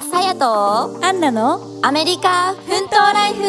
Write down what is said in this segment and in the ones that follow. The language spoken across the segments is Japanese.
さやとアンナのアメリカ奮闘ライフ。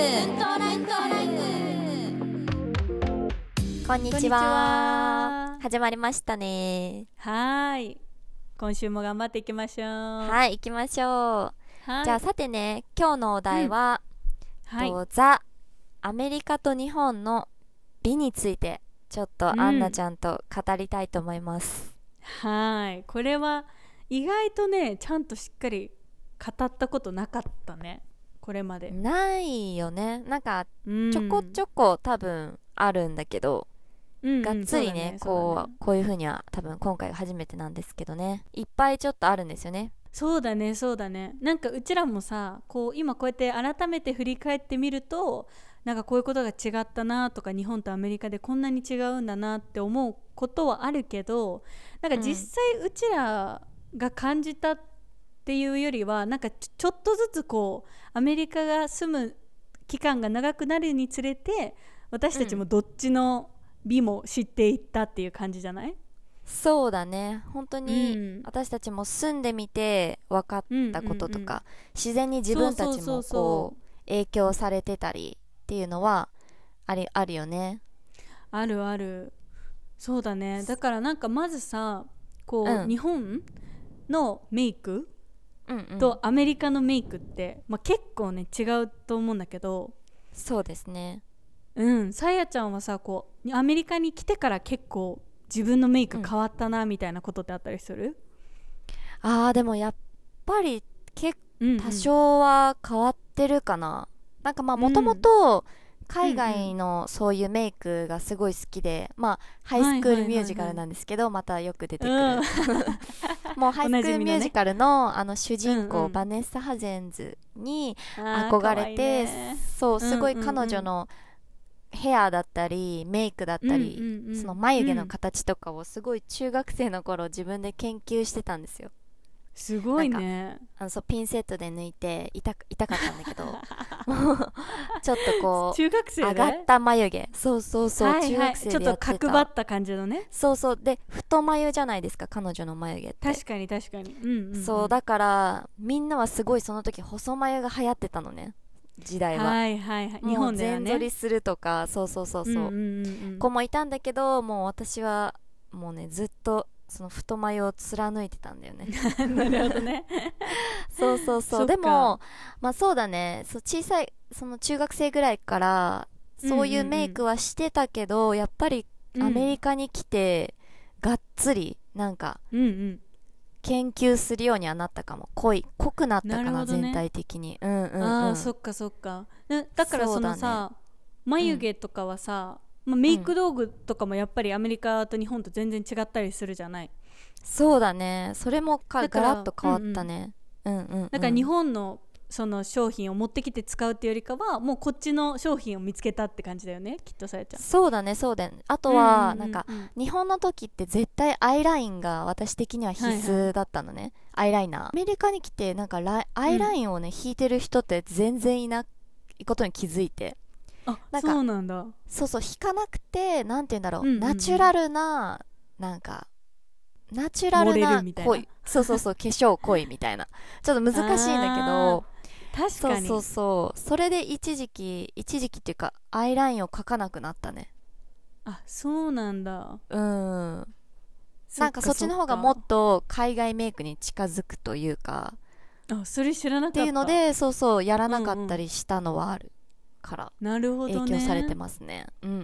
こんにちは。始まりましたね。 はい、今週も頑張っていきましょう。 はい、行きましょう。じゃあさてね、今日のお題は、ザ・アメリカと日本の美についてちょっとアンナちゃんと語りたいと思います。 はい、これは意外とねちゃんとしっかり語ったことなかったね、これまで。 ないよね。なんかちょこちょこ多分あるんだけど、がっつりね、こういう風には多分今回が初めてなんですけどね、いっぱいちょっとあるんですよね。 そうだね。なんかうちらもさ、こう今こうやって改めて振り返ってみると、なんかこういうことが違ったなとか、日本とアメリカでこんなに違うんだなって思うことはあるけど、なんか実際うちらが感じたっていうよりは、なんかちょっとずつこうアメリカが住む期間が長くなるにつれて、私たちもどっちの美も知っていったっていう感じじゃない？ そうだね、本当に私たちも住んでみて分かったこととか、自然に自分たちもこう影響されてたりっていうのはあるよね。 あるある。そうだね。だからなんかまずさ、こう、日本のメイクとアメリカのメイクって、結構ね違うと思うんだけど。 そうですね。 さやちゃんはさ、こうアメリカに来てから結構自分のメイク変わったなみたいなことってあったりする？ でもやっぱり多少は変わってるかな。なんかもともと海外のそういうメイクがすごい好きで、ハイスクールミュージカルなんですけど、またよく出てくる、もうハイスクールミュージカルの主人公、バネッサ・ハゼンズに憧れて、そうすごい彼女のヘアだったりメイクだったり、その眉毛の形とかをすごい中学生の頃自分で研究してたんですよ。 すごいね。 そうピンセットで抜いて痛かったんだけどもうちょっとこう中学生で上がった眉毛、そう中学生でやってた、 ちょっと角張った感じのね。 そうで太眉じゃないですか、彼女の眉毛って。 確かに、 そうだからみんなはすごいその時細眉が流行ってたのね、時代は。 日本ではね、 全剃りするとか、そう子もいたんだけど、もう私はもうねずっとその太眉を貫いてたんだよね。 なるほどね。 そうでもそうだね、小さいその中学生ぐらいからそういうメイクはしてたけど、やっぱりアメリカに来てがっつりなんか研究するようにはなったかも。濃くなったかな、全体的に。 そっか。だからそのさ、眉毛とかはさ、メイク道具とかもやっぱりアメリカと日本と全然違ったりするじゃない？ そうだね、それもガラッと変わったね。 だから日本のその商品を持ってきて使うっていうよりかは、もうこっちの商品を見つけたって感じだよね、きっとさやちゃん。 そうだね。あとはなんか日本の時って絶対アイラインが私的には必須だったのね、アイライナー。アメリカに来てなんかアイラインをね引いてる人って全然いないことに気づいて、 なんかそうなんだ。 そう引かなくて、なんて言うんだろう、ナチュラルななんかナチュラルな濃い、そう化粧濃いみたいな、ちょっと難しいんだけど、 確かにそれで一時期っていうかアイラインを描かなくなったね。 そうなんだ。 なんかそっちの方がもっと海外メイクに近づくというか、 それ知らなかったっていうので、やらなかったりしたのはあるから、 なるほどね、 影響されてますね。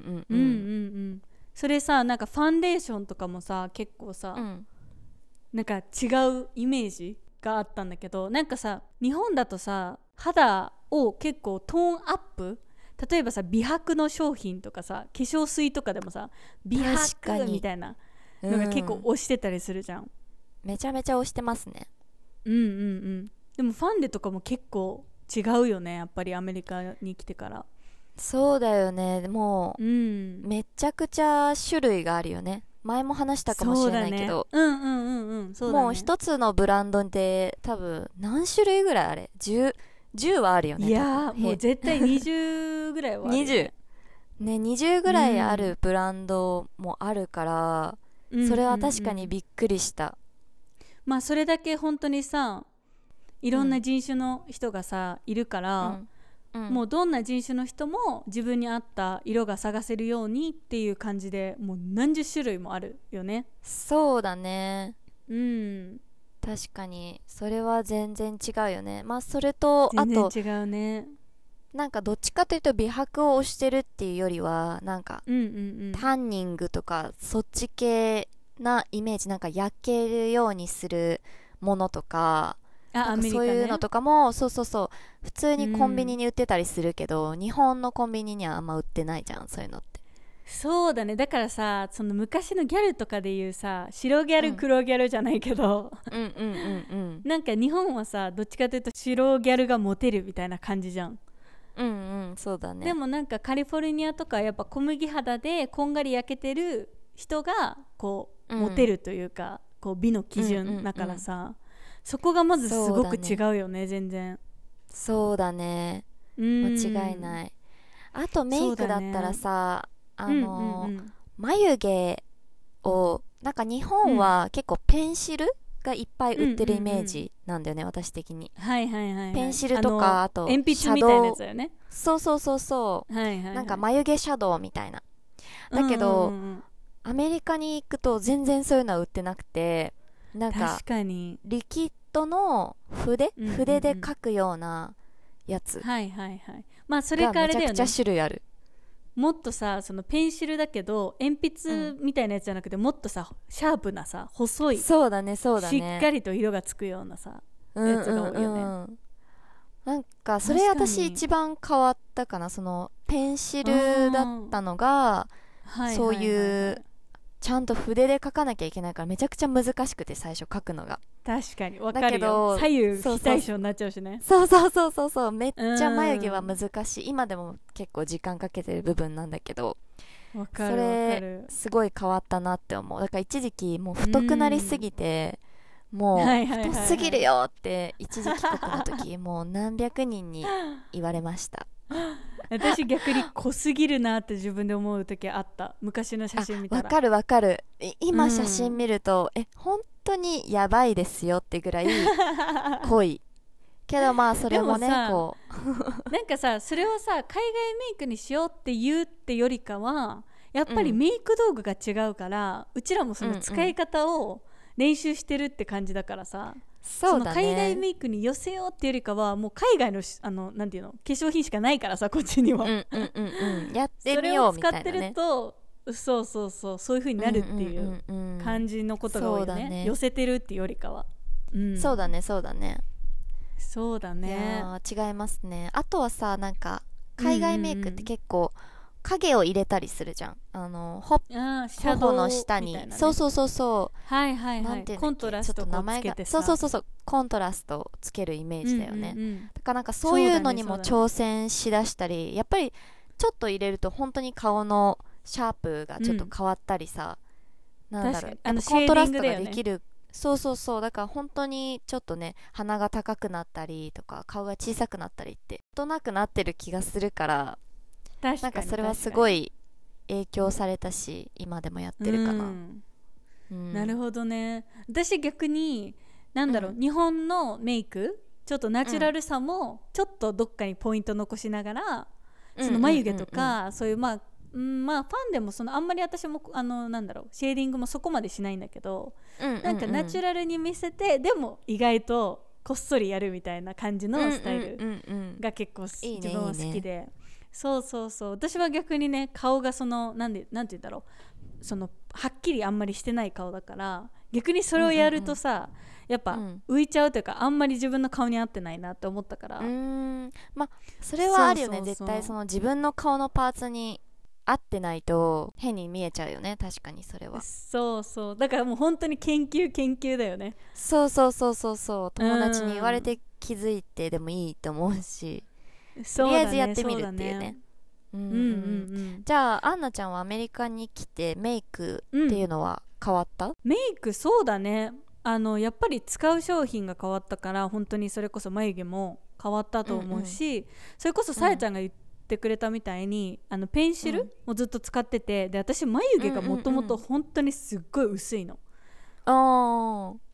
それさ、なんかファンデーションとかもさ、結構さ、なんか違うイメージがあったんだけど、なんかさ、日本だとさ、肌を結構トーンアップ、例えばさ美白の商品とかさ、化粧水とかでもさ美白みたいなのが結構推してたりするじゃん。 めちゃめちゃ推してますね。 でもファンデとかも結構違うよね、やっぱりアメリカに来てから。 そうだよね。もう、めちゃくちゃ種類があるよね。前も話したかもしれないけど、もう一つのブランドで多分何種類ぐらいあれ、10はあるよね。 いやもう絶対20ぐらいはあるよね。 20ぐらいあるブランドもあるから、それは確かにびっくりした。 それだけ本当にさ、 いろんな人種の人がさいるから、もうどんな人種の人も自分に合った色が探せるようにっていう感じで、もう何十種類もあるよね。 そうだね。 うん、 確かにそれは全然違うよね。まあそれとあと全然違うね。 なんかどっちかというと美白を推してるっていうよりはなんかうんうんうん。 タンニングとかそっち系なイメージ。なんか焼けるようにするものとか、 あ、 なんかアメリカね。 そういうのとかも、そうそうそう、普通うにコンビニん、 に売ってたりするけど、日本のコンビニにはあんま売ってないじゃん、そういうのって。 そうだね。だからさ、その昔のギャルとかでいうさ、白ギャルうん黒ギャルじゃないけど、 うんうんうんなんか日本はさ、どっちかというと白ギャルがモテるみたいな感じじゃん。 うんうんうん、そうだね。 でもなんかカリフォルニアとかやっぱ小麦肌でこんがり焼けてる人がこうモテうんるというか、こう美の基うんうん準だかうん、 らさ、そこがまずすごく違そうだね。 うよね、全然。 そうだね。 う間ーん、 違いない。あとメそうイクだったらだね。 さ、 うんうん眉毛を、なんか日本うんうんは結構ペンシルがいっぱいうんうん売ってるイメうん。 ージなんだよね、私的に。 はいはいはいはい。 ペンシルとか、あと、 鉛シ筆みたいなやャドウ。 つだよね。 そうそうそうそう。なんかはいはいはい。 眉毛シャドウみたいな。だうんうんうんけど、 うん。 アメリカに行くと全然そういうのは売ってなくて、なんか、 確かに。 リキッドの筆うんうんう筆でん。 描くようなやつはいはいはい。まあそれがかあめちゃくちゃれだよね。 種類ある。 もっとさ、そのペンシルだけど鉛筆うん。 みたいなやつじゃなくて、もっとさシャープなさ、細い、 そうだね、そうだしっかね。 りと色がつくようなさ、 うんうやつが多いよね。 んうん。なんか、それ確かに。 私一番変わったかな。その、ペンシうルだっーん。 たのが、そうはいはいはいいう、 はい。 ちゃんと筆で描かなきゃいけないからめちゃくちゃ難しくて、最初描くのが。 確かにわだかるよ。 けど、 左右そうそう、 非対称になっちゃうしね。 そうそうそうそうそう、めっうちゃ眉毛はーん。 難しい。今でも結構時間かけてる部分なんだけど、 わかるわかそれ、 る。 すごい変わったなって思う。だから一時期もうう太くなりすーん。 ぎて、もうはいはい太すぎはいはい。 るよって一時帰国の時、もう何百人に言われました。 私逆に濃すぎるなって自分で思う時あった。昔の写あ、 真見たら。 わかるわかる。 う今写真ん。 見ると、本当にやばいですよってぐらい濃い。けどまあそでれもね、 もさ、 こなんかさ、それをさ、海外メイクにしようって言うってよりかは、やっう、うぱりん、 メイク道具が違うから、うちらもそのうんうん。 使い方を練習してるって感じだからさ、そそうの海外だね。 メイクに寄せようっていうよりかは、もう海外のなんていうの、化粧品しかないからさ、こっちには。 うんうんうんうん。やってそれをみようみ使ってるたいなね。 と、そうそうそう、そういう風になるってうんうんいううんうん。 感じのことが多そういよね。寄だね。 せてるっていうよりかは。うん。 そうだね、そうだね。 そうだいね。 やー、違いますね。あとはさ、なんか、 うんう海外メイクってん結構、影を入れたりするじゃん。 うん。ああ、シャ頬のドウ下に。 みたいなね。 そうそうそうそはいはう。なんいはい。コントて言うんだっけ。ちょっとラストこうつ名前が。そうそうけてさ。 そうそう。コントラストをつけるイメーうんうんジだよね。 うん。 だからなんかそういうのそうだね、 にも挑そうだね。 戦しだしたり、やっぱりちょっと入れると本当に顔のシャープがちょっとうん。 変わったりさ、なんだろう。 確かに。 やっぱコンシェーディントラストがグだよね。 できる。そうそうそう。だから本当にちょっとね、鼻が高くなったりとか、顔が小さくなったりって、なんとなくなってる気がするから、なんか確かにそれは確かに。 すごい影響されたし、今でもやっうてるかな。 ん。 うん。 なるほどね。私逆に、なんだろう、 うん。 日本のメイク、ちょっとナうん。 チュラルさも、ちょっとどっかにポイント残しながら、 うんうんその眉毛とうんうん。 か、そういうまあ、うん、まあファンでもそのあんまり私もなんだろうシェーディングもそこまでしないんだけど、 うんうんなんかナチュラルに見せてでも意外とこっそりやるみたいな感じうん。うんのスタイルうんうんうん。 が結構いいね、 自分はいいね。 好きで、そうそうそう、私は逆にね顔がなんて言うんだろう、そのはっきりあんまりしてない顔だから逆にそうんうれをやるとんさ、やっぱうん。 浮いちゃうというかあんまり自分の顔に合ってないなって思ったかうん。 ら、 まあ、それはそうあるよね。 そうそ絶対その自分の顔のパーツに合ってないと変に見えちゃうよね。確かにそれうは。 そうそうだからもう本当に研究だよね。 そうそうそうそうそう。 う友達に言われん、 て気づいてでもいいと思うし、とりあえそうだずやってみるねそうだっていうね。 ね。 うんううんうんん。じゃあ、アンナちゃんはアメリカに来てメイクっていううん。 のは変わった？ メイクそうだね。やっぱり使う商品が変わったから本当にそれこそ眉毛も変わったと思ううんうんし、それこそうん。 さやちゃんが言ってくれたみたいにペンシルうんもずっと使ってて、で私眉うんう毛がもともとんうん。 本当にすっごい薄いの。 ああ。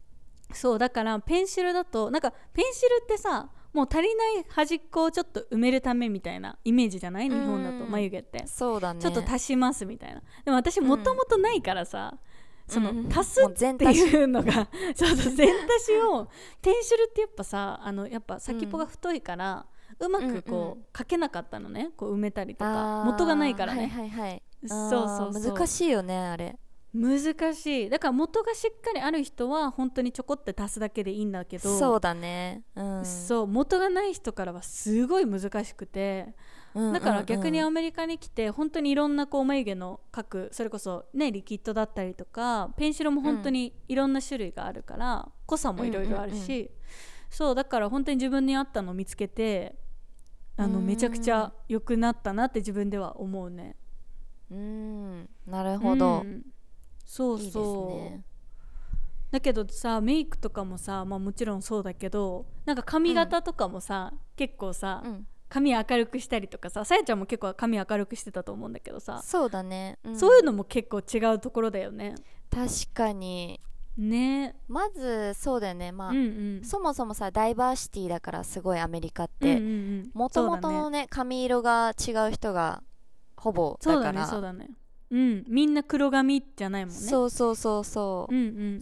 そうだからペンシルだとなんかペンシルってさもう足りない端っこをちょっと埋めるためみたいなイメージじゃない？日本だと眉毛ってそうだね、 ちょっと足しますみたいな。でも私もともとないからさ、その足すってもういうのがそうそう全足しをペンシルってやっぱさやっぱ先っぽが太いから、うまくこう書けなかったのね、こう埋めたりとか元がないからね。 はいはいはい、 そうそうそう難しいよねあれ。 難しい。だから元がしっかりある人は本当にちょこって足すだけでいいんだけど、 そうだね、 そう元がない人からはすごい難しくて、だから逆にアメリカに来て本当にいろんなこう眉毛の描く、それこそねリキッドだったりとかペンシルも本当にいろんな種類があるから、濃さもいろいろあるし、そうだから本当に自分に合ったのを見つけてめちゃくちゃ良くなったなって自分では思うね。 なるほど、 そうそう、いいですね。だけどさメイクとかもさ、もちろんそうだけどなんか髪型とかもさ、結構さ、髪明るくしたりとかさ、さやちゃんも結構髪明るくしてたと思うんだけどさ、 そうだね、 そういうのも結構違うところだよね。 確かにね。 まずそうだよね、そもそもさダイバーシティだからすごいアメリカってもともとのね髪色が違う人がほぼだから、 そうだねみんな黒髪じゃないもんね。 そうそうそうそう、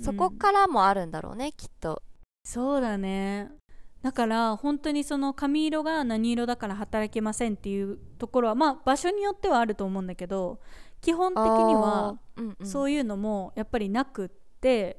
そこからもあるんだろうねきっと。 そうだね。だから本当にその髪色が何色だから働けませんっていうところは場所によってはあると思うんだけど、基本的にはそういうのもやっぱりなくって、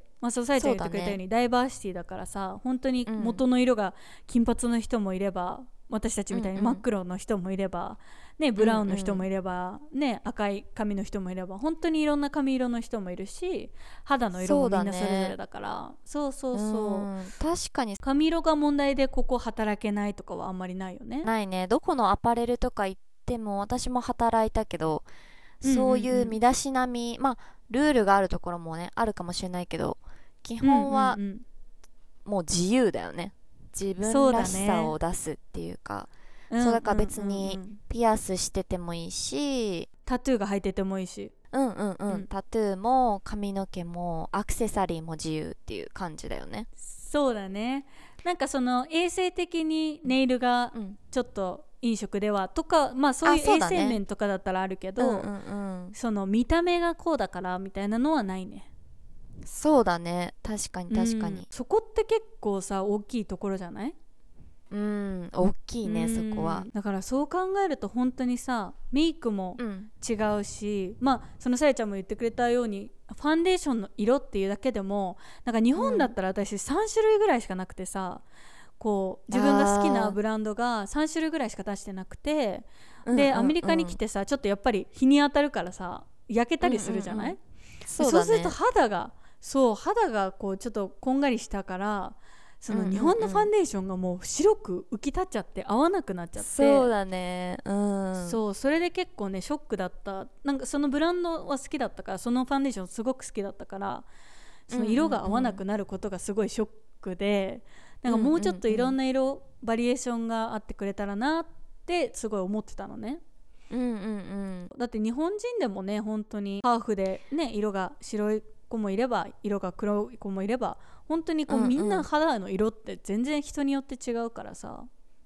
そうさえちゃん言ってくれたようにダイバーシティだからさ、本当に元の色が金髪の人もいれば、私たちみたいに真っ黒の人もいれば、ブラウンの人もいれば、赤い髪の人もいれば、本当にいろんな髪色の人もいるし、肌の色もみんなそれぞれだから、そう確かに髪色が問題でここ働けないとかはあんまりないよね。 ないね。どこのアパレルとか行っても私も働いたけど、そういう身だしなみ、ルールがあるところもねあるかもしれないけど、基本はもう自由だよね。自分らしさを出すっていうか、そうだから別にピアスしててもいいし、 タトゥーが入っててもいいし、 タトゥーも髪の毛もアクセサリーも自由っていう感じだよね。 そうだね。なんかその衛生的にネイルがちょっと飲食ではとか、そういう衛生面とかだったらあるけど、その見た目がこうだからみたいなのはないね。 そうだね、確かに確かに、 そこって結構さ大きいところじゃない？ 大きいね、そこは。 だからそう考えると本当にさメイクも違うし、そのさやちゃんも言ってくれたようにファンデーションの色っていうだけでもなんか日本だったら私3種類ぐらいしかなくてさ、こう自分が好きなブランドが3種類ぐらいしか出してなくて、でアメリカに来てさちょっとやっぱり日に当たるからさ焼けたりするじゃない？そうすると肌がこうちょっとこんがりしたから、その日本のファンデーションがもう白く浮き立っちゃって合わなくなっちゃって、 そうだね、 それで結構ねショックだった。なんかそのブランドは好きだったから、そのファンデーションすごく好きだったから、その色が合わなくなることがすごいショックで、なんかもうちょっといろんな色バリエーションがあってくれたらなってすごい思ってたのね。だって日本人でもね本当にハーフでね色が白い子もいれば色が黒い子もいれば、本当にこう、みんな肌の色って全然人によって違うからさ、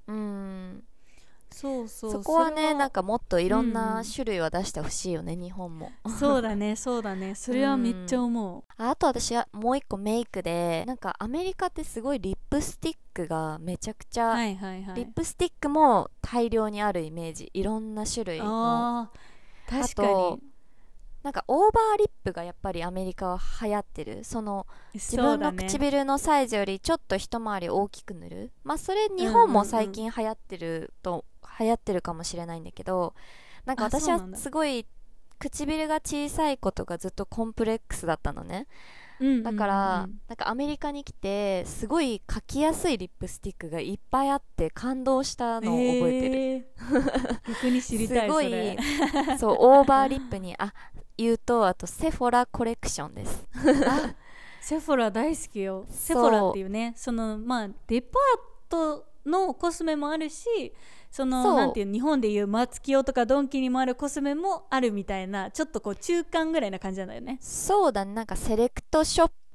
そこはねなんかもっといろんな種類は出してほしいよね、日本も。 そうだねそれはめっちゃ思う。 あと私はもう一個メイクで、なんかアメリカってすごいリップスティックがめちゃくちゃ、リップスティックも大量にあるイメージ、いろんな種類の。 確かになんかオーバーリップがやっぱりアメリカは流行ってる。その自分の唇のサイズよりちょっと一回り大きく塗る、それ日本も最近流行ってるかもしれないんだけど、なんか私はすごい唇が小さいことがずっとコンプレックスだったのね。だからなんかアメリカに来てすごい描きやすいリップスティックがいっぱいあって感動したのを覚えてる。 逆に知りたい。 すごいそうオーバーリップに言うと、あとセフォラコレクションです。 セフォラ大好きよ。セフォラっていうね、そのデパートのコスメもあるし、そのなんていう日本でいうマツキヨとかドンキにもあるコスメもあるみたいな、ちょっとこう中間ぐらいな感じなんだよね。 そうだね、なんかセレクトショッ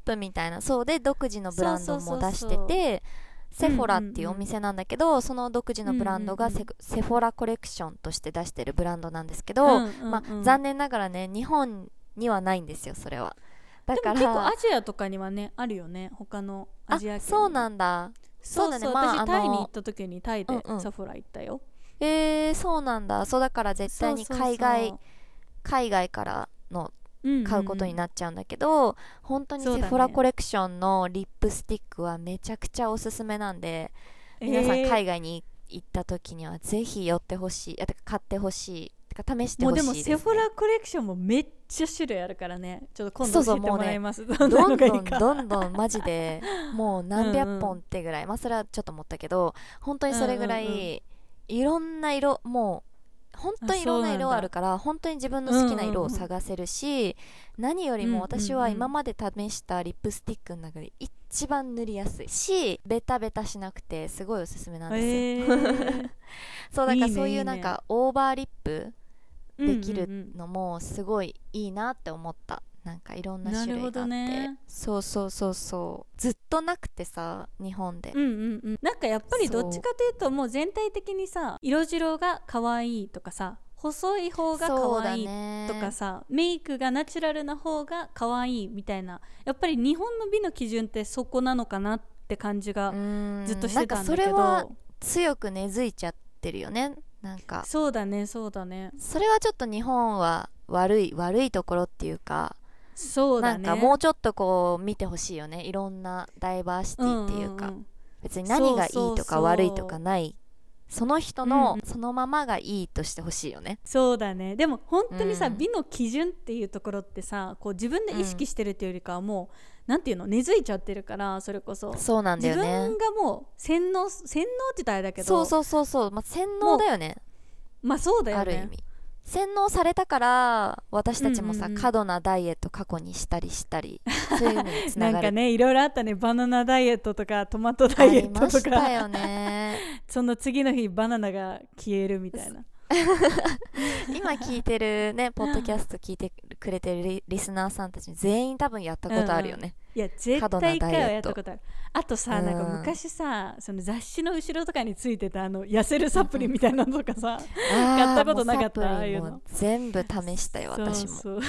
プみたいな、そうで独自のブランドも出してて、セフォラっていうお店なんだけど、その独自のブランドがセフォラコレクションとして出してるブランドなんですけど、まあ残念ながらね日本にはないんですよ、それは。だからでも結構アジアとかにはねあるよね、他のアジア圏に。 そうなんだ。 そうだね、私タイに行った時にタイでセフォラ行ったよ。 そうなんだ。そうだから絶対に海外からの買うことになっちゃうんだけど、本当にセフォラコレクションのリップスティックはめちゃくちゃおすすめなんで、皆さん海外に行った時にはぜひ寄ってほしい、買ってほしい、試してほしいですね。 もうでもセフォラコレクションもめっちゃ種類あるからね、ちょっと今度教えてもらいます。 どんどんマジでもう何百本ってぐらい、まあそれはちょっと思ったけど、本当にそれぐらいいろんな色、もう本当にいろんな色あるから、本当に自分の好きな色を探せるし、何よりも私は今まで試したリップスティックの中で一番塗りやすいし、ベタベタしなくてすごいおすすめなんですよ。そうだからそういうなんかオーバーリップできるのもすごいいいなって思った。なんかいろんな種類があって、ね、そうずっとなくてさ日本で、 なんかやっぱりどっちかというともう全体的にさ、色白が可愛いとかさ、細い方が可愛いとかさ、メイクがナチュラルな方が可愛いみたいな、やっぱり日本の美の基準ってそこなのかなって感じがずっとしてたんだけど、 なんかそれは強く根付いちゃってるよね。なんかそうだねそれはちょっと日本は悪いところっていうか、 そうだね、 なんかもうちょっとこう見てほしいよね、いろんなダイバーシティっていうか、別に何がいいとか悪いとかない、その人のそのままがいいとしてほしいよね。 そうだね。でも本当にさ、美の基準っていうところってさ、こう自分で意識してるっていうよりかはもう、なんていうの、根付いちゃってるから、それこそそうなんだよね。 自分がもう洗脳って言ったらあれだけど、 そう、まあ、洗脳だよね。 まあそうだよね、 ある意味洗脳されたから私たちもさ、過度なダイエット過去にしたりそういうのにつながるなんかね、いろいろあったね。バナナダイエットとかトマトダイエットとかありましたよね。 その次の日バナナが消えるみたいな今聞いてるね、ポッドキャスト聞いてくれてるリスナーさんたち全員多分やったことあるよね、 いや絶対一回はやったことある。あとさ、なんか昔さ、その雑誌の後ろとかについてた痩せるサプリみたいなのとかさ、買ったことなかった？ああいうの全部試したよ私も。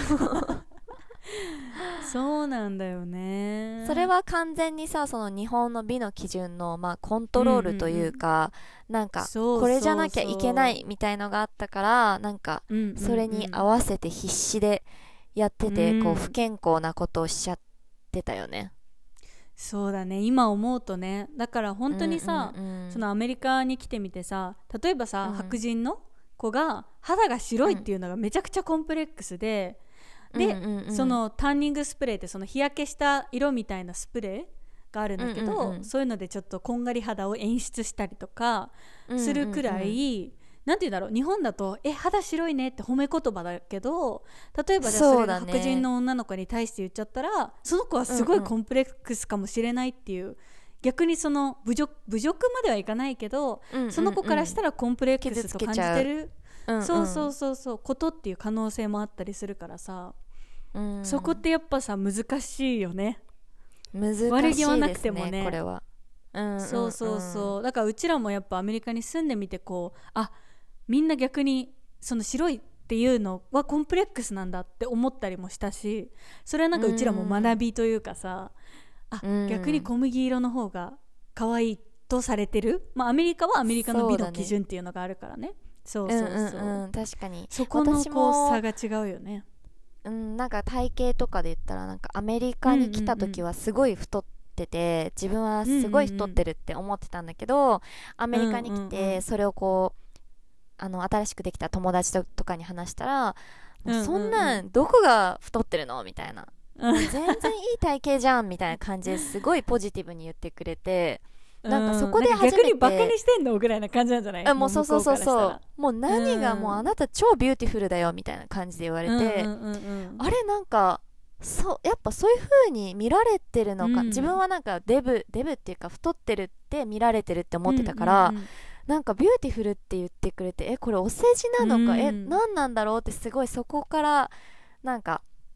そうなんだよね。 それは完全にさ、その日本の美の基準の、まあ、コントロールというか、なんかこれじゃなきゃいけないみたいのがあったから、なんかそれに合わせて必死でやってて、こう不健康なことをしちゃってたよね。 そうだね、今思うとね。だから本当にさ、そのアメリカに来てみてさ、例えばさ、白人の子が肌が白いっていうのがめちゃくちゃコンプレックスで、そのターニングスプレーってその日焼けした色みたいなスプレーがあるんだけど、そういうのでちょっとこんがり肌を演出したりとかするくらい、なんていうんだろう、日本だと肌白いねって褒め言葉だけど、例えばじゃあそれが白人の女の子に対して言っちゃったら、その子はすごいコンプレックスかもしれないっていう、逆にその侮辱まではいかないけど、その子からしたらコンプレックスと感じてるそうことっていう可能性もあったりするからさ、そこってやっぱさ難しいよね。 難しいですね、 悪気はなくてもね、 これは。 そうだからうちらもやっぱアメリカに住んでみて、こうみんな逆にその白いっていうのはコンプレックスなんだって思ったりもしたし、それはなんかうちらも学びというかさ、逆に小麦色の方が可愛いとされてる、まあアメリカはアメリカの美の基準っていうのがあるからね。そう確かにそこのこう差が違うよね。 なんか体型とかで言ったら、なんかアメリカに来た時はすごい太ってて、自分はすごい太ってるって思ってたんだけど、アメリカに来てそれをこう新しくできた友達とかに話したら、もうそんなんどこが太ってるのみたいな、全然いい体型じゃんみたいな感じですごいポジティブに言ってくれて、なんかそこで初めて、 逆にバカにしてんのぐらいな感じなんじゃない？ もうそうもう何がもうあなた超ビューティフルだよみたいな感じで言われて、あれなんかやっぱそういう風に見られてるのか、自分はなんかデブっていうか太ってるって見られてるって思ってたから、なんかビューティフルって言ってくれて、これお世辞なのか、何なんだろうってすごいそこからなんか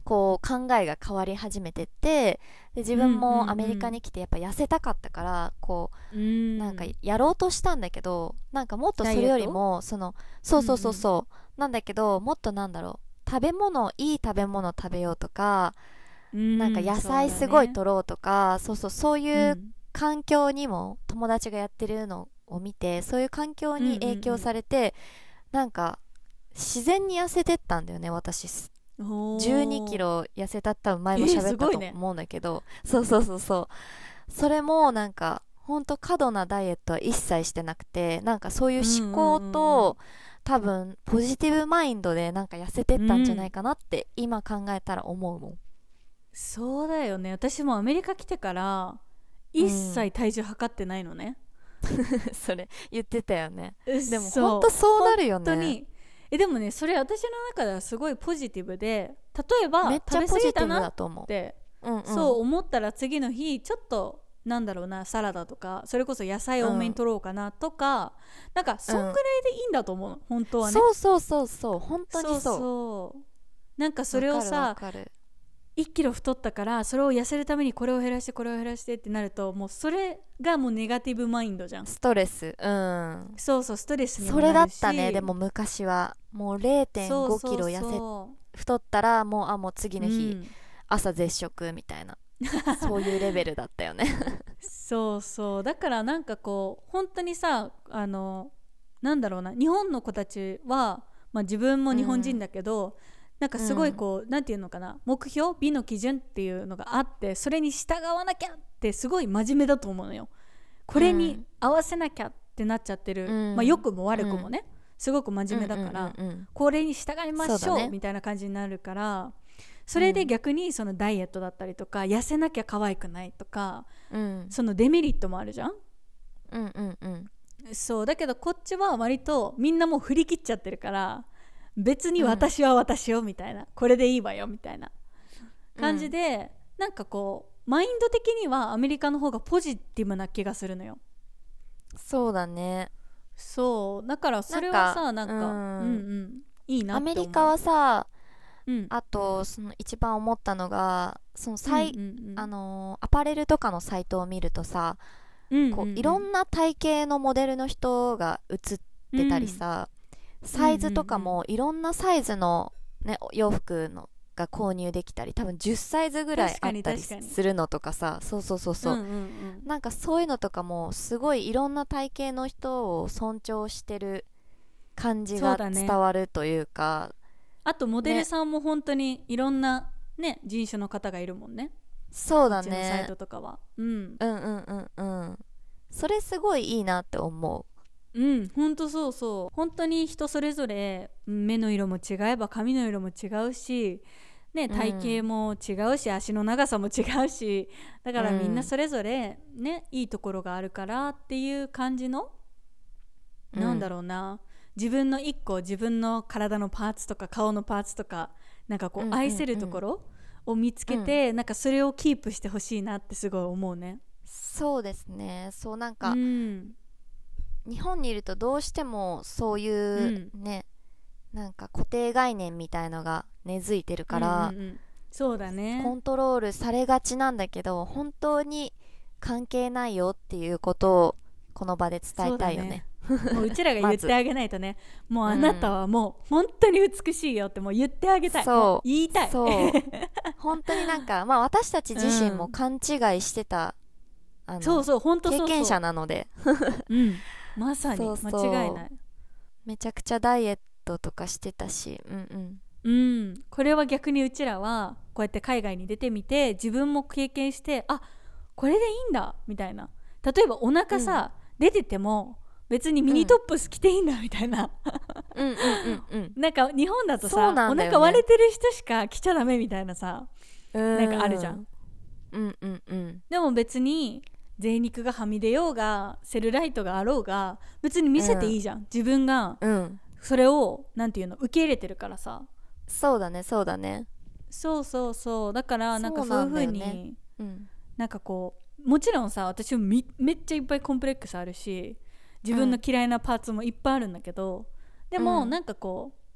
こう考えが変わり始めてって、で自分もアメリカに来てやっぱ痩せたかったから、こうなんかやろうとしたんだけど、なんかもっとそれよりもそうそうそうそう、なんだけど、もっとなんだろう、いい食べ物食べようとか、なんか野菜すごい取ろうとか、そういう環境にも友達がやってるのを見て、そういう環境に影響されて、なんか自然に痩せてったんだよね、私。12キロ痩せたって前も喋ったと思うんだけど、そうそうそうそう、それもなんかほんと過度なダイエットは一切してなくて、なんかそういう思考と、多分ポジティブマインドでなんか痩せてったんじゃないかなって今考えたら思うもん。 そうだよね。私もアメリカ来てから一切体重測ってないのね。 それ言ってたよね。でもほんとそうなるよね。 本当に。でもね、それ私の中ではすごいポジティブで、例えばめっちゃ食べ過ぎたなポジティブだと思う。 って、そう思ったら次の日ちょっとなんだろうな、サラダとかそれこそ野菜多めに取ろうかなとか、なんかそんぐらいでいいんだと思うの、本当はね。 そうそうそうそう、本当にそう。 そうなんかそれをさ、1キロ太ったからそれを痩せるためにこれを減らしてこれを減らしてってなると、もうそれがもうネガティブマインドじゃん。 ストレス、 そうそう、ストレスにもなるし、それだったね。でも昔はもう 0.5 キロ太ったらもう次の日、朝絶食みたいなそういうレベルだったよね。 そうそう、だからなんかこう本当にさ、なんだろうな、日本の子たちは、自分も日本人だけど、なんかすごいこう、なんていうのかな、目標美の基準っていうのがあって、それに従わなきゃってすごい真面目だと思うのよ。これに合わせなきゃってなっちゃってる、良くも悪くもね、すごく真面目だから、これに従いましょうみたいな感じになるから、それで逆にそのダイエットだったりとか、痩せなきゃ可愛くないとか、そのデメリットもあるじゃん。そうだけどこっちは割とみんなもう振り切っちゃってるから、別に私は私よみたいな、これでいいわよみたいな感じで、なんかこうマインド的にはアメリカの方がポジティブな気がするのよ。 そうだね。 そうだからそれはさ、なんかいいなって思う。 アメリカはさ、あとその一番思ったのが、そのアパレルとかのサイトを見るとさ、こういろんな体型のモデルの人が写ってたりさ、サイズとかもいろんなサイズの、ね、洋服のが購入できたり、多分10サイズぐらいあったりするのとかさ、そうそうそうそう、なんかそういうのとかもすごいいろんな体型の人を尊重してる感じが伝わるというか、 あとモデルさんも本当にいろんな、ね、人種の方がいるもんね。 そうだね。 うちのサイトとかは、 それすごいいいなって思う。 本当そうそう、本当に人それぞれ目の色も違えば髪の色も違うし、ね、体型も違うし、足の長さも違うし、だからみんなそれぞれね、いいところがあるからっていう感じの、なんだろうな、自分の一個、自分の体のパーツとか顔のパーツとか、なんかこう愛せるところを見つけて、なんかそれをキープしてほしいなってすごい思うね。 そうですね。そうなんか、日本にいるとどうしてもそういうね、なんか固定概念みたいのが根付いてるから、 そうだね、 コントロールされがちなんだけど、本当に関係ないよっていうことをこの場で伝えたいよね。 もううちらが言ってあげないとね、もうあなたはもう本当に美しいよってもう言ってあげたい。そう、言いたい。そう本当になんか、私たち自身も勘違いしてた、 そうそう、本当そうそう、 経験者なのでまさに間違いない。 めちゃくちゃダイエットとかしてたし、 これは逆にうちらはこうやって海外に出てみて、自分も経験して、あ、これでいいんだみたいな。例えばお腹さ、出てても別にミニトップス着ていいんだみたいななんか日本だとさ、お腹割れてる人しか着ちゃダメみたいなさ、なんかあるじゃん。でも別に贅肉がはみ出ようがセルライトがあろうが別に見せていいじゃん、自分がそれをなんていうの受け入れてるからさ。 そうだねそうだね、 そうそうそう、だからなんかそういう風になんかこう、もちろんさ、私もめっちゃいっぱいコンプレックスあるし、自分の嫌いなパーツもいっぱいあるんだけど、でもなんかこう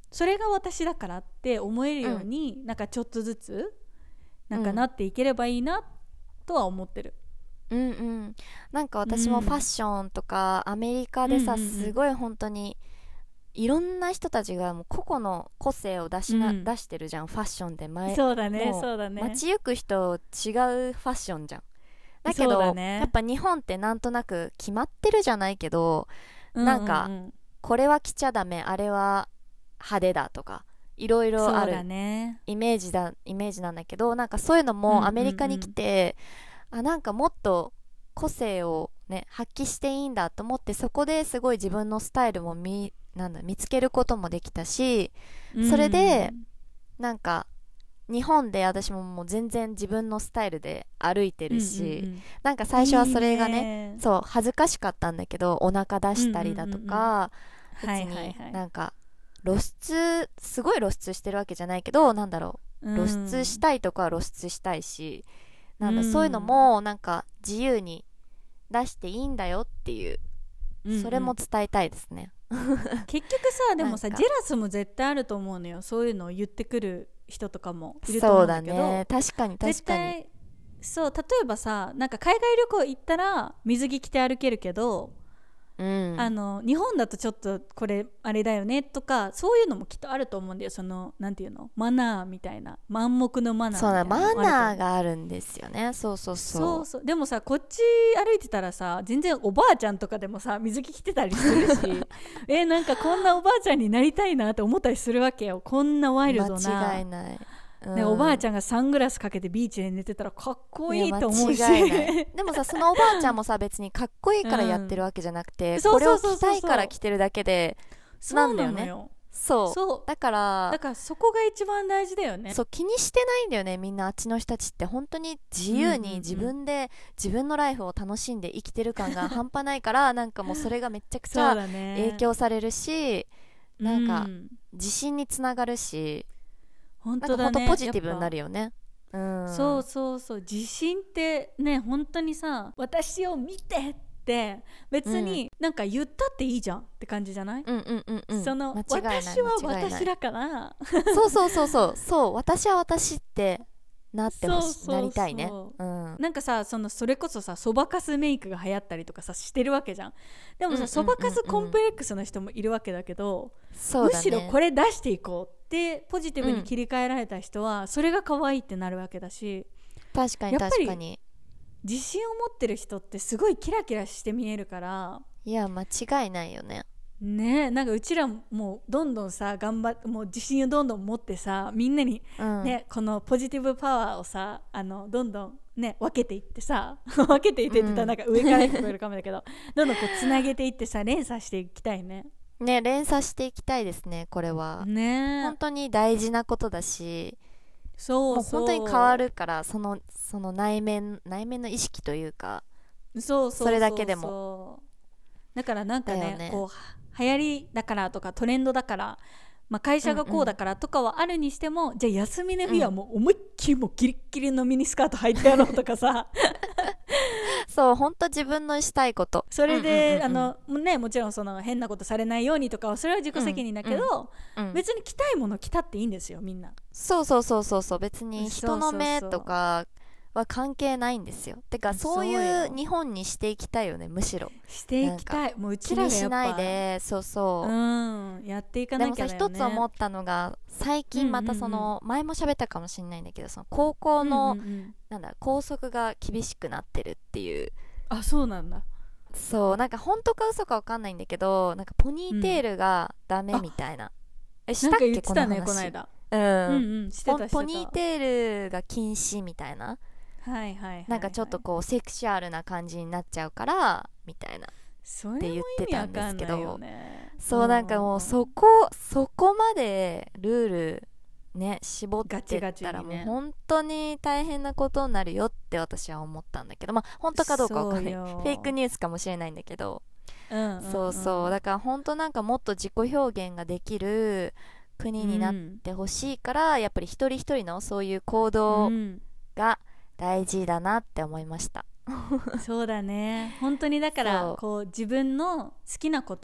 それが私だからって思えるように、なんかちょっとずつなんかなっていければいいなとは思ってる。 うんうん。なんか私もファッションとかアメリカでさ、すごい本当にいろんな人たちがもう個々の個性を出してるじゃん、ファッションで。 そうだね、 もそうだね。 街行く人違うファッションじゃん。だけど、やっぱ日本ってなんとなく決まってるじゃないけど、なんかこれは着ちゃダメ、あれは派手だとかいろいろあるイメージなんだけど、なんかそういうのもアメリカに来て、なんかもっと個性をね発揮していいんだと思って、そこですごい自分のスタイルも見つけることもできたし、それでなんか日本で私ももう全然自分のスタイルで歩いてるし、なんか最初はそれがね、そう恥ずかしかったんだけど、お腹出したりだとか、別になんかすごい露出してるわけじゃないけど、なんだろう、露出したいとかは露出したいし、なんだ、そういうのもなんか自由に出していいんだよっていう、それも伝えたいですね。 結局さ、でもさ、ジェラスも絶対あると思うのよ、そういうのを言ってくる人とかもいると思うんだけど。そうだね、 確かに確かに。 そう、例えばさ、なんか海外旅行行ったら水着着て歩けるけど、日本だとちょっとこれあれだよねとか、そういうのもきっとあると思うんだよ。そのなんていうの、マナーみたいな、暗黙のマナーみたいな。 そうだ、マナーがあるんですよね。そうでもさ、こっち歩いてたらさ、全然おばあちゃんとかでもさ水着着てたりするしなんかこんなおばあちゃんになりたいなって思ったりするわけよ。こんなワイルドな、 間違いない、 おばあちゃんがサングラスかけてビーチで寝てたらかっこいいと思うし、 でもさ、そのおばあちゃんもさ、別にかっこいいからやってるわけじゃなくて、これを着たいから着てるだけでなんだよね。そうだからそこが一番大事だよね。 そう、気にしてないんだよね、みんな。あっちの人たちって本当に自由に自分で自分のライフを楽しんで生きてる感が半端ないからなんかもうそれがめちゃくちゃ影響されるし、なんか自信につながるし、 本当だね、 なんか本当ポジティブになるよね。 そう自信ってね、本当にさ、私を見てって別になんか言ったっていいじゃんって感じじゃない？その私は私だから、 そう私は私ってなってほしい、なりたいね。 なんかさ、それこそさ、そばかすメイクが流行ったりとかさしてるわけじゃん。でもさ、そばかすコンプレックスの人もいるわけだけど、むしろこれ出していこうってポジティブに切り替えられた人は、それが可愛いってなるわけだし、 確かに確かに自信を持ってる人ってすごいキラキラして見えるから。 いや間違いないよね。 ね、なんかうちらもうどんどんさ頑張って、もう自信をどんどん持ってさ、みんなに、ね、このポジティブパワーをさ、どんどんね分けていってさ分けていって言ったらなんか上から聞こえるかもだけど、どんどんこうつなげていってさ、連鎖していきたいね。 連鎖していきたいですね。これはね、 本当に大事なことだし、 もう本当に変わるから、その内面の意識というか、それだけでも。 だからなんかね、こう流行りだからとかトレンドだから、会社がこうだからとかはあるにしても、じゃあ休みの日はもう思いっきりもうギリッギリのミニスカート履いてやろうとかさそう、本当自分のしたいこと、 それで、もちろんその変なことされないようにとかはそれは自己責任だけど、別に着たいもの着たっていいんですよ、みんな。 そう別に人の目とかは関係ないんですよ。てかそういう日本にしていきたいよね。むしろしていきたい。もううちらがやっぱ気にしないで、やっていかなきゃだよね。 でもさ、一つ思ったのが、最近また前も喋ったかもしれないんだけど、その高校の、校則が厳しくなってるっていう。 あ、そうなんだ。 そう、なんか本当か嘘か分かんないんだけど、なんかポニーテールがダメみたいな。したっけ、この話。 この間。 ポニーテールが禁止みたいな。なんかちょっとこうセクシュアルな感じになっちゃうからみたいなって言ってたんですけど、そう、なんかもうそこまでルールね絞ってったらもう本当に大変なことになるよって私は思ったんだけど、本当かどうかわかんない、フェイクニュースかもしれないんだけど、だから本当なんかもっと自己表現ができる国になってほしいから、やっぱり一人一人のそういう行動が大事だなって思いましたそうだね、本当に。だからこう自分の好きなこと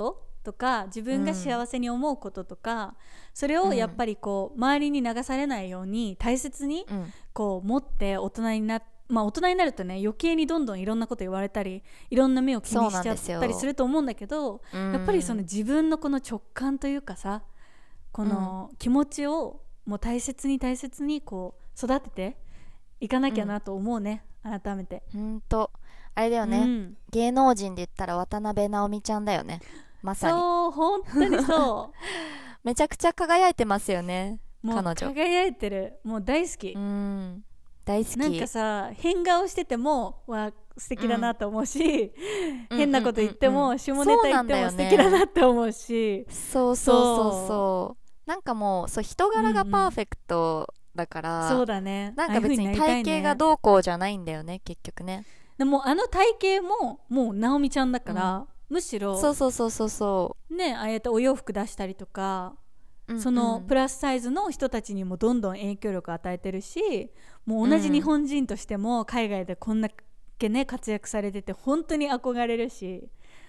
とか自分が幸せに思うこととか、それをやっぱりこう周りに流されないように大切にこう持って大人になって、大人になるとね余計にどんどんいろんなこと言われたりいろんな目を気にしちゃったりすると思うんだけど、やっぱりその自分のこの直感というかさ、この気持ちをもう大切に大切にこう育てていかなきゃなと思うね、改めて。 ほんとあれだよね、芸能人で言ったら渡辺直美ちゃんだよね、まさに。 そう、本当にそうめちゃくちゃ輝いてますよね、 もう彼女。 輝いてる、もう大好き。 大好き。 なんかさ、変顔してても素敵だなと思うし、変なこと言っても、下ネタ言っても素敵だなって思うし、 そうそうそうそう、なんかもうそう人柄がパーフェクトだから、 そうだね、 なんか別に体型がどうこうじゃないんだよね、結局ね。 でもあの体型ももう直美ちゃんだから、むしろそうそうそうそうそうね、ああやってお洋服出したりとか、そのプラスサイズの人たちにもどんどん影響力を与えてるし、もう同じ日本人としても海外でこんだけね活躍されてて本当に憧れるし、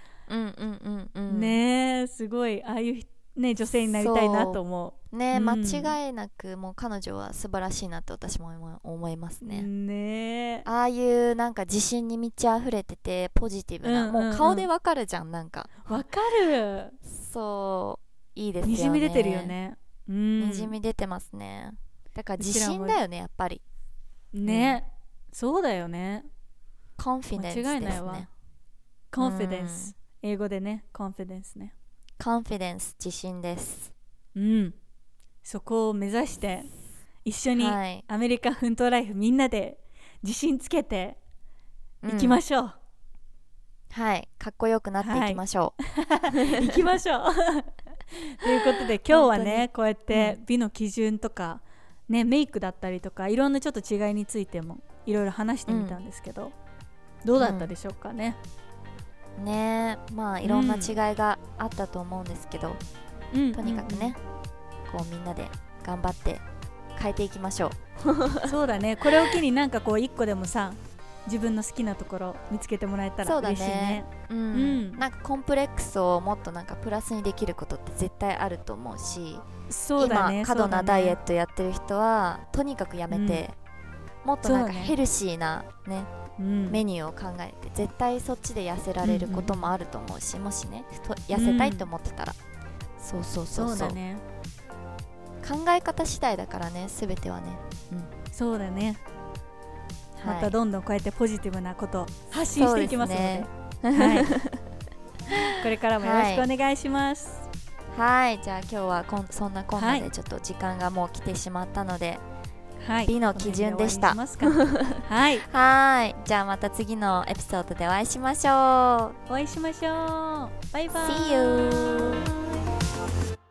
ねえ、すごいああいうね女性になりたいなと思うね、間違いなくもう彼女は素晴らしいなと私も思いますね。 ね、 ああいうなんか自信に満ち溢れててポジティブな、もう顔でわかるじゃん、なんかわかる。 そういいですよね。 にじみ出てるよね。 にじみ出てますね。だから自信だよね、やっぱりね、そうだよね。 コンフィデンスですね。 間違いないわ。コンフィデンス、英語でね、コンフィデンスね。 コンフィデンス、自信です。 そこを目指して一緒にアメリカ奮闘ライフみんなで自信つけていきましょう。 はい、かっこよくなっていきましょう。 いきましょうということで今日はねこうやって美の基準とか、ね、メイクだったりとかいろんなちょっと違いについてもいろいろ話してみたんですけど、どうだったでしょうかね。 ねえ、まあいろんな違いがあったと思うんですけど、とにかくね、こうみんなで頑張って変えていきましょうそうだね、これを機になんかこう一個でもさ自分の好きなところ見つけてもらえたら嬉しいね。 なんかコンプレックスをもっとなんかプラスにできることって絶対あると思うし、 そうだね、 今過度なダイエットやってる人はとにかくやめて、もっとなんかヘルシーなねメニューを考えて絶対そっちで痩せられることもあると思うし、もしね痩せたいと思ってたら、そうそうそうそう、 そうだね、 考え方次第だからね、全てはね。 そうだね、またどんどんこうやってポジティブなことを発信していきますので、これからもよろしくお願いします。 はい、じゃあ今日はそんなこんなでちょっと時間がもう来てしまったので、美の基準でした。はい、じゃあまた次のエピソードでお会いしましょう。 バイバイ。 See you